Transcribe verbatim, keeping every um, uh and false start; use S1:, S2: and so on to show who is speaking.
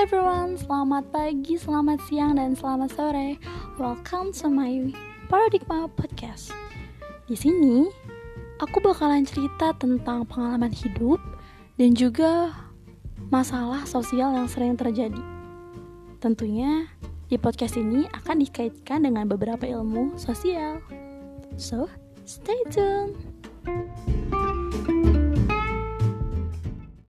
S1: everyone, selamat pagi, selamat siang, dan selamat sore. Welcome to my Paradigma Podcast. Di sini, aku bakalan cerita tentang pengalaman hidup dan juga masalah sosial yang sering terjadi. Tentunya, di podcast ini akan dikaitkan dengan beberapa ilmu sosial. So, stay tuned.